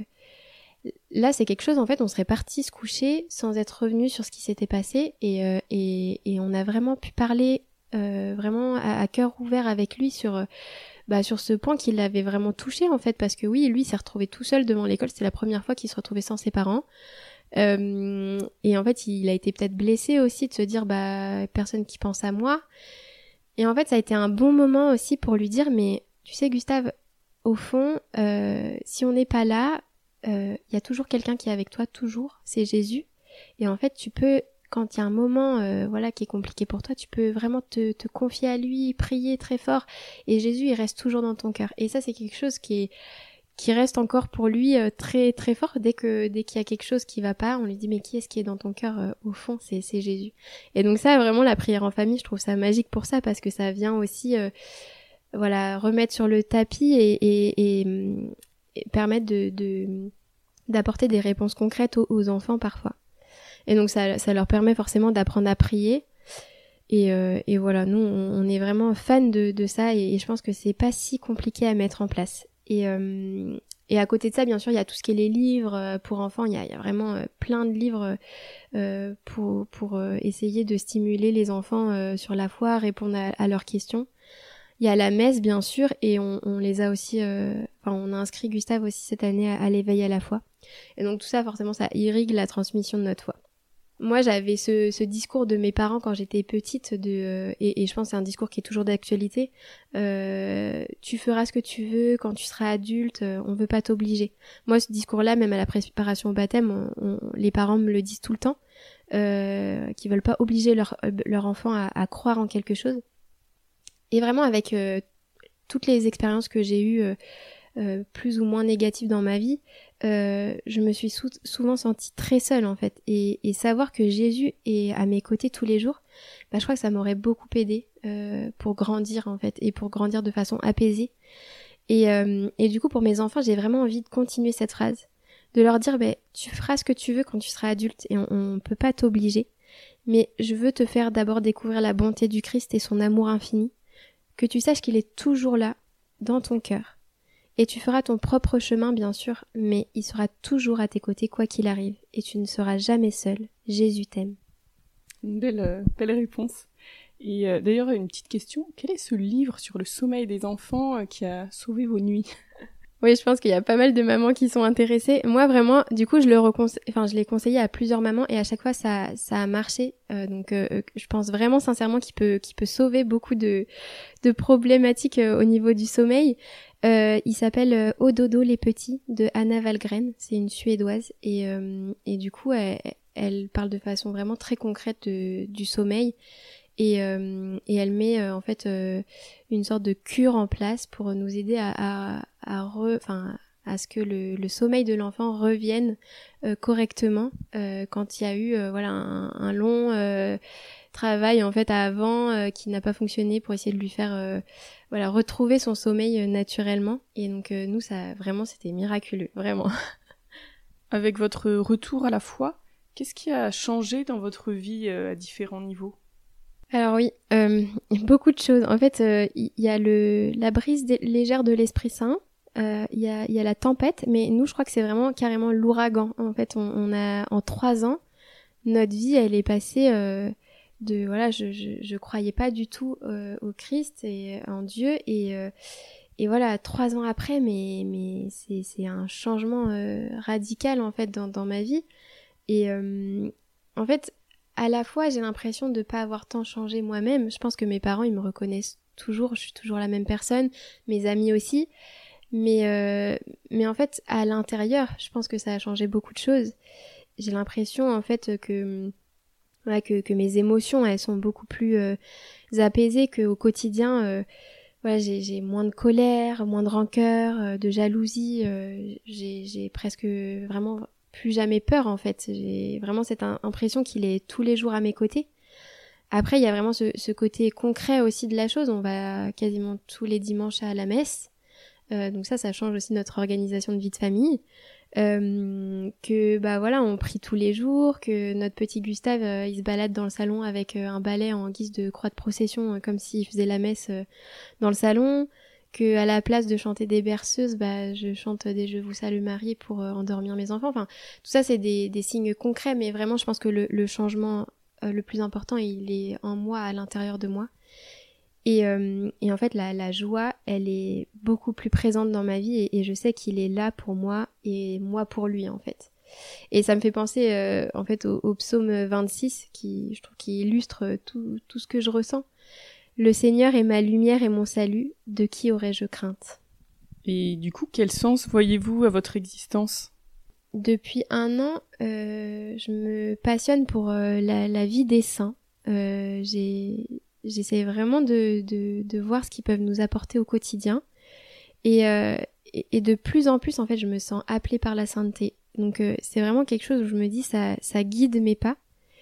là, c'est quelque chose, en fait, on serait parti se coucher sans être revenu sur ce qui s'était passé et, euh, et, et on a vraiment pu parler euh, vraiment à, à cœur ouvert avec lui sur, euh, bah, sur ce point qui l'avait vraiment touché, en fait, parce que oui, lui, il s'est retrouvé tout seul devant l'école, c'était la première fois qu'il se retrouvait sans ses parents. Euh, et en fait, il a été peut-être blessé aussi de se dire, bah, personne qui pense à moi. Et en fait, ça a été un bon moment aussi pour lui dire, mais tu sais, Gustave, au fond, euh, si on n'est pas là, il euh, y a toujours quelqu'un qui est avec toi, toujours, c'est Jésus. Et en fait, tu peux, quand il y a un moment euh, voilà, qui est compliqué pour toi, tu peux vraiment te, te confier à lui, prier très fort. Et Jésus, il reste toujours dans ton cœur. Et ça, c'est quelque chose qui est qui reste encore pour lui euh, très très fort. Dès que dès qu'il y a quelque chose qui va pas, on lui dit mais qui est-ce qui est dans ton cœur euh, au fond, c'est c'est Jésus. Et donc ça, vraiment, la prière en famille, je trouve ça magique pour ça, parce que ça vient aussi... Euh, voilà, remettre sur le tapis et, et, et, et permettre de, de, d'apporter des réponses concrètes aux, aux enfants parfois. Et donc ça, ça leur permet forcément d'apprendre à prier. Et, euh, et voilà, nous, on, on est vraiment fans de, de ça et, et je pense que c'est pas si compliqué à mettre en place. Et, euh, et à côté de ça, bien sûr, il y a tout ce qui est les livres pour enfants. Il y a, il y a vraiment euh, plein de livres euh, pour, pour euh, essayer de stimuler les enfants euh, sur la foi, répondre à, à leurs questions. Il y a la messe, bien sûr, et on, on les a aussi... Euh, enfin, on a inscrit Gustave aussi cette année à, à l'éveil à la foi. Et donc tout ça, forcément, ça irrigue la transmission de notre foi. Moi, j'avais ce, ce discours de mes parents quand j'étais petite, de, euh, et, et je pense que c'est un discours qui est toujours d'actualité. Euh, tu feras ce que tu veux quand tu seras adulte, euh, on veut pas t'obliger. Moi, ce discours-là, même à la préparation au baptême, on, on, les parents me le disent tout le temps, euh, qu'ils veulent pas obliger leur, leur enfant à, à croire en quelque chose. Et vraiment, avec euh, toutes les expériences que j'ai eues, euh, euh, plus ou moins négatives dans ma vie, Euh, je me suis sou- souvent sentie très seule en fait et, et savoir que Jésus est à mes côtés tous les jours, bah, je crois que ça m'aurait beaucoup aidé euh, pour grandir en fait et pour grandir de façon apaisée et, euh, et du coup pour mes enfants j'ai vraiment envie de continuer cette phrase, de leur dire bah, tu feras ce que tu veux quand tu seras adulte et on, on peut pas t'obliger, mais je veux te faire d'abord découvrir la bonté du Christ et son amour infini, que tu saches qu'il est toujours là dans ton cœur. Et tu feras ton propre chemin, bien sûr, mais il sera toujours à tes côtés, quoi qu'il arrive. Et tu ne seras jamais seul. Jésus t'aime. Une belle, euh, belle réponse. Et euh, d'ailleurs, une petite question. Quel est ce livre sur le sommeil des enfants euh, qui a sauvé vos nuits ? Oui, je pense qu'il y a pas mal de mamans qui sont intéressées. Moi, vraiment, du coup, je le reconse... enfin, je l'ai conseillé à plusieurs mamans et à chaque fois, ça, ça a marché. Euh, donc, euh, je pense vraiment sincèrement qu'il peut, qu'il peut sauver beaucoup de, de problématiques euh, au niveau du sommeil. Euh, il s'appelle euh, Au dodo les petits de Anna Wahlgren. C'est une Suédoise et, euh, et du coup, elle, elle parle de façon vraiment très concrète de, du sommeil. Et, euh, et elle met euh, en fait euh, une sorte de cure en place pour nous aider à, à, à, re, enfin, à ce que le, le sommeil de l'enfant revienne euh, correctement euh, quand il y a eu euh, voilà un, un long euh, travail en fait avant euh, qui n'a pas fonctionné pour essayer de lui faire euh, voilà retrouver son sommeil euh, naturellement. Et donc euh, nous ça vraiment c'était miraculeux vraiment. Avec votre retour à la foi, qu'est-ce qui a changé dans votre vie euh, à différents niveaux ? Alors oui, euh, beaucoup de choses. En fait, il euh, y, y a le la brise de, légère de l'Esprit Saint, il euh, y, a, y a la tempête, mais nous, je crois que c'est vraiment carrément l'ouragan. En fait, on, on a en trois ans, notre vie, elle est passée euh, de voilà, je, je je croyais pas du tout euh, au Christ et en Dieu et euh, et voilà, trois ans après, mais mais c'est c'est un changement euh, radical en fait dans dans ma vie et euh, en fait. À la fois, j'ai l'impression de pas avoir tant changé moi-même. Je pense que mes parents, ils me reconnaissent toujours. Je suis toujours la même personne. Mes amis aussi. Mais, euh, mais en fait, à l'intérieur, je pense que ça a changé beaucoup de choses. J'ai l'impression, en fait, que, voilà, que, que mes émotions, elles sont beaucoup plus euh, apaisées qu'au quotidien. Euh, voilà, j'ai, j'ai moins de colère, moins de rancœur, euh, de jalousie. Euh, j'ai, j'ai presque vraiment... plus jamais peur en fait. J'ai vraiment cette impression qu'il est tous les jours à mes côtés. Après, il y a vraiment ce, ce côté concret aussi de la chose. On va quasiment tous les dimanches à la messe. Euh, donc ça, ça change aussi notre organisation de vie de famille. Euh, que bah voilà, on prie tous les jours, que notre petit Gustave, euh, il se balade dans le salon avec euh, un balai en guise de croix de procession, euh, comme s'il faisait la messe euh, dans le salon. Que à la place de chanter des berceuses, bah je chante des Je vous salue Marie pour euh, endormir mes enfants. Enfin, tout ça c'est des, des signes concrets, mais vraiment je pense que le, le changement euh, le plus important, il est en moi, à l'intérieur de moi. Et, euh, et en fait, la, la joie, elle est beaucoup plus présente dans ma vie et, et je sais qu'il est là pour moi et moi pour lui en fait. Et ça me fait penser euh, en fait au, au psaume vingt-six qui, je trouve, qui illustre tout, tout ce que je ressens. Le Seigneur est ma lumière et mon salut, de qui aurais-je crainte ? Et du coup, quel sens voyez-vous à votre existence ? Depuis un an, euh, je me passionne pour euh, la, la vie des saints. Euh, j'ai, j'essaie vraiment de, de, de voir ce qu'ils peuvent nous apporter au quotidien. Et, euh, et, et de plus en plus, en fait, je me sens appelée par la sainteté. Donc euh, c'est vraiment quelque chose où je me dis, ça, ça guide mes pas.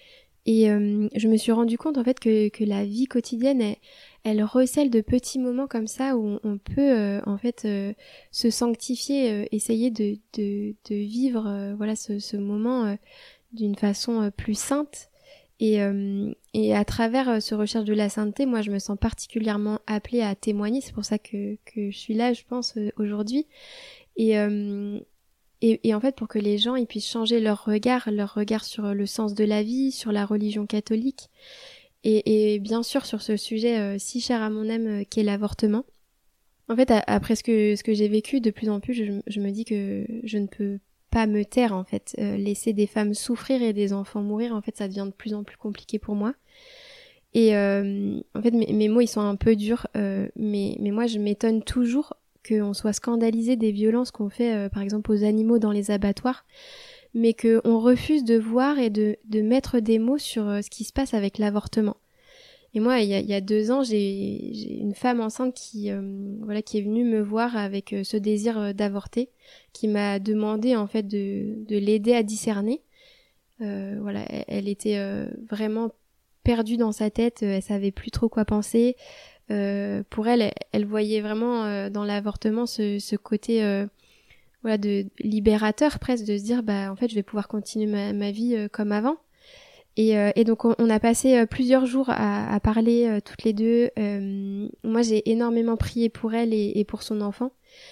Et euh, je me suis rendu compte en fait que, que la vie quotidienne, elle, elle recèle de petits moments comme ça où on, on peut euh, en fait euh, se sanctifier, euh, essayer de, de, de vivre euh, voilà ce, ce moment euh, d'une façon euh, plus sainte. Et, euh, et à travers euh, ce recherche de la sainteté, moi je me sens particulièrement appelée à témoigner. C'est pour ça que, que je suis là, je pense, euh, aujourd'hui. Et, euh, Et, et en fait, pour que les gens ils puissent changer leur regard, leur regard sur le sens de la vie, sur la religion catholique, et, et bien sûr sur ce sujet euh, si cher à mon âme euh, qu'est l'avortement. En fait, à, après ce que, ce que j'ai vécu, de plus en plus, je, je me dis que je ne peux pas me taire, en fait. Euh, laisser des femmes souffrir et des enfants mourir, en fait, ça devient de plus en plus compliqué pour moi. Et euh, en fait, mes, mes mots, ils sont un peu durs, euh, mais, mais moi, je m'étonne toujours qu'on soit scandalisé des violences qu'on fait, euh, par exemple, aux animaux dans les abattoirs, mais qu'on refuse de voir et de, de mettre des mots sur euh, ce qui se passe avec l'avortement. Et moi, il y a, il y a deux ans, j'ai, j'ai une femme enceinte qui, euh, voilà, qui est venue me voir avec euh, ce désir euh, d'avorter, qui m'a demandé en fait de, de l'aider à discerner. Euh, voilà, elle, elle était euh, vraiment perdue dans sa tête, elle savait plus trop quoi penser. Euh, pour elle, elle, elle voyait vraiment euh, dans l'avortement ce, ce côté euh, voilà de libérateur presque, de se dire bah en fait je vais pouvoir continuer ma, ma vie euh, comme avant. Et, euh, et donc on, on a passé euh, plusieurs jours à, à parler euh, toutes les deux. Euh, moi j'ai énormément prié pour elle et, et pour son enfant.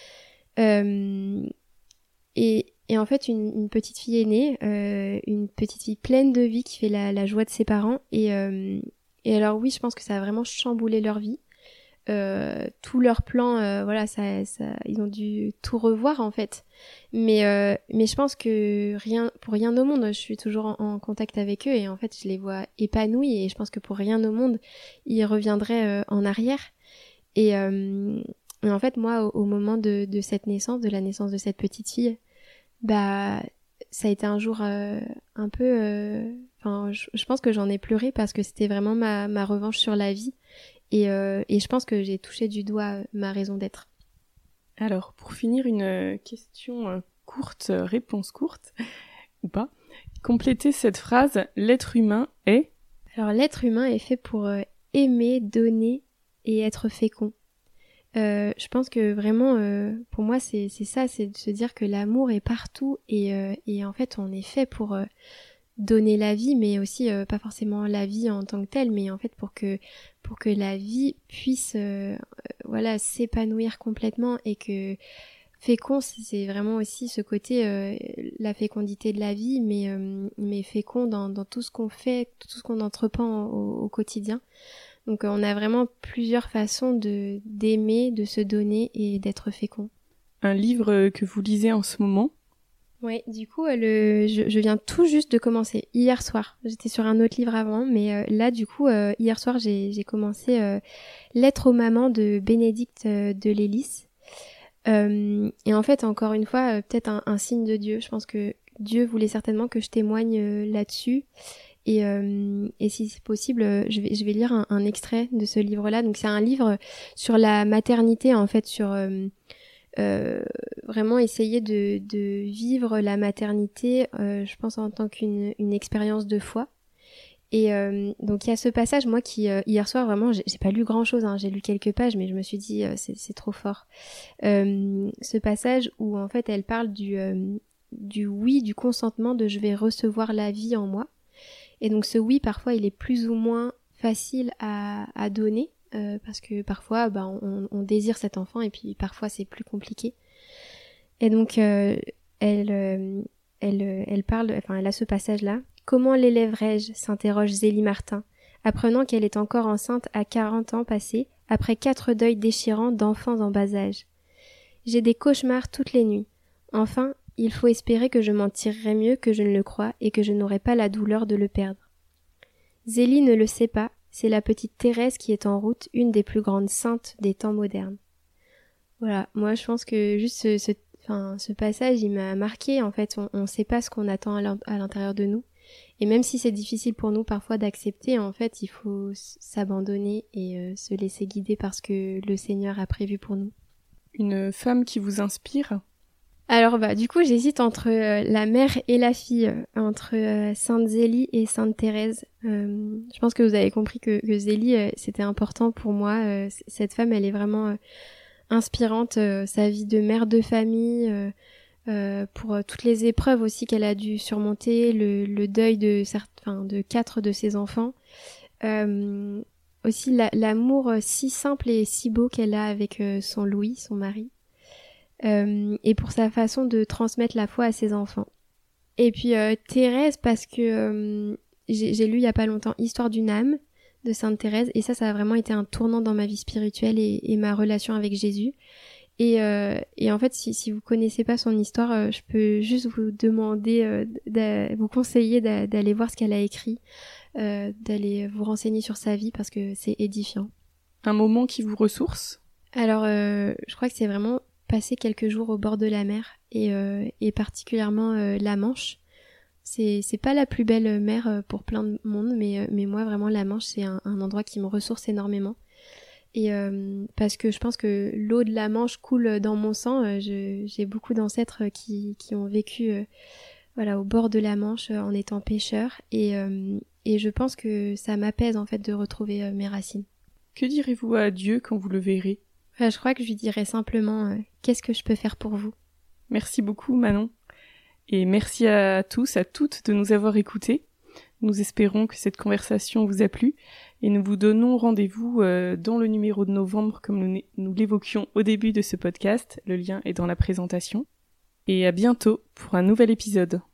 Euh, et, et en fait une, une petite fille est née, euh, une petite fille pleine de vie qui fait la, la joie de ses parents. Et, euh, et alors oui, je pense que ça a vraiment chamboulé leur vie. Euh, tous leurs plans, euh, voilà, ça, ça, ils ont dû tout revoir en fait. Mais, euh, mais je pense que rien, pour rien au monde, je suis toujours en, en contact avec eux et en fait, je les vois épanouis et je pense que pour rien au monde, ils reviendraient euh, en arrière. Et, euh, et en fait, moi, au, au moment de, de cette naissance, de la naissance de cette petite fille, bah, ça a été un jour euh, un peu, enfin, euh, je, je pense que j'en ai pleuré parce que c'était vraiment ma, ma revanche sur la vie. Et, euh, et je pense que j'ai touché du doigt euh, ma raison d'être. Alors, pour finir, une euh, question euh, courte, euh, réponse courte, ou pas. Complétez cette phrase, l'être humain est... Alors, l'être humain est fait pour euh, aimer, donner et être fécond. Euh, je pense que vraiment, euh, pour moi, c'est, c'est ça, c'est de se dire que l'amour est partout et, euh, et en fait, on est fait pour... Euh, donner la vie, mais aussi euh, pas forcément la vie en tant que telle, mais en fait pour que pour que la vie puisse euh, voilà s'épanouir complètement et que fécond, c'est vraiment aussi ce côté euh, la fécondité de la vie, mais euh, mais fécond dans dans tout ce qu'on fait, tout ce qu'on entreprend au, au quotidien. Donc euh, on a vraiment plusieurs façons de d'aimer, de se donner et d'être fécond. Un livre que vous lisez en ce moment? Ouais, du coup, euh, le, je, je viens tout juste de commencer hier soir. J'étais sur un autre livre avant, mais euh, là, du coup, euh, hier soir, j'ai, j'ai commencé euh, Lettre aux mamans de Bénédicte euh, de Lélis. Euh, et en fait, encore une fois, euh, peut-être un, un signe de Dieu. Je pense que Dieu voulait certainement que je témoigne euh, là-dessus. Et, euh, et si c'est possible, euh, je vais, je vais lire un, un extrait de ce livre-là. Donc, c'est un livre sur la maternité, en fait, sur... Euh, Euh, vraiment essayer de, de vivre la maternité, euh, je pense en tant qu'une une expérience de foi. Et euh, donc il y a ce passage, moi qui euh, hier soir vraiment, j'ai, j'ai pas lu grand chose, hein, j'ai lu quelques pages, mais je me suis dit euh, c'est, c'est trop fort. Euh, ce passage où en fait elle parle du euh, du oui, du consentement, de je vais recevoir la vie en moi. Et donc ce oui, parfois il est plus ou moins facile à, à donner. Euh, parce que parfois bah, on, on désire cet enfant et puis parfois c'est plus compliqué. Et donc euh, elle, euh, elle, elle parle, enfin elle a ce passage-là. Comment l'élèverai-je, s'interroge Zélie Martin, apprenant qu'elle est encore enceinte à quarante ans passés, après quatre deuils déchirants d'enfants en bas âge. J'ai des cauchemars toutes les nuits. Enfin, il faut espérer que je m'en tirerai mieux que je ne le crois et que je n'aurai pas la douleur de le perdre. Zélie ne le sait pas. C'est la petite Thérèse qui est en route, une des plus grandes saintes des temps modernes. Voilà, moi je pense que juste ce, ce, enfin, ce passage, il m'a marqué. En fait, on ne sait pas ce qu'on attend à l'intérieur de nous. Et même si c'est difficile pour nous parfois d'accepter, en fait, il faut s'abandonner et euh, se laisser guider par ce que le Seigneur a prévu pour nous. Une femme qui vous inspire ? Alors bah du coup j'hésite entre euh, la mère et la fille, euh, entre euh, Sainte Zélie et Sainte Thérèse. Euh, je pense que vous avez compris que, que Zélie euh, c'était important pour moi. Euh, c- cette femme elle est vraiment euh, inspirante, euh, sa vie de mère de famille, euh, euh, pour euh, toutes les épreuves aussi qu'elle a dû surmonter, le, le deuil de certains, de quatre de ses enfants. Euh, aussi la, l'amour si simple et si beau qu'elle a avec euh, son Louis, son mari. Euh, et pour sa façon de transmettre la foi à ses enfants. Et puis euh, Thérèse, parce que euh, j'ai, j'ai lu il y a pas longtemps Histoire d'une âme de Sainte Thérèse, et ça, ça a vraiment été un tournant dans ma vie spirituelle et, et ma relation avec Jésus. Et, euh, et en fait, si, si vous connaissez pas son histoire, euh, je peux juste vous demander, euh, d'a, vous conseiller d'a, d'aller voir ce qu'elle a écrit, euh, d'aller vous renseigner sur sa vie parce que c'est édifiant. Un moment qui vous ressource? Alors, euh, je crois que c'est vraiment passer quelques jours au bord de la mer et, euh, et particulièrement euh, la Manche. C'est c'est pas la plus belle mer euh, pour plein de monde, mais euh, mais moi vraiment la Manche c'est un, un endroit qui me ressource énormément. Et euh, parce que je pense que l'eau de la Manche coule dans mon sang. Euh, je, j'ai beaucoup d'ancêtres qui qui ont vécu euh, voilà au bord de la Manche euh, en étant pêcheurs et euh, et je pense que ça m'apaise en fait de retrouver euh, mes racines. Que direz-vous à Dieu quand vous le verrez? Enfin, je crois que je lui dirais simplement euh, qu'est-ce que je peux faire pour vous. Merci beaucoup Manon. Et merci à tous, à toutes de nous avoir écoutés. Nous espérons que cette conversation vous a plu et nous vous donnons rendez-vous euh, dans le numéro de novembre comme nous, nous l'évoquions au début de ce podcast. Le lien est dans la présentation. Et à bientôt pour un nouvel épisode.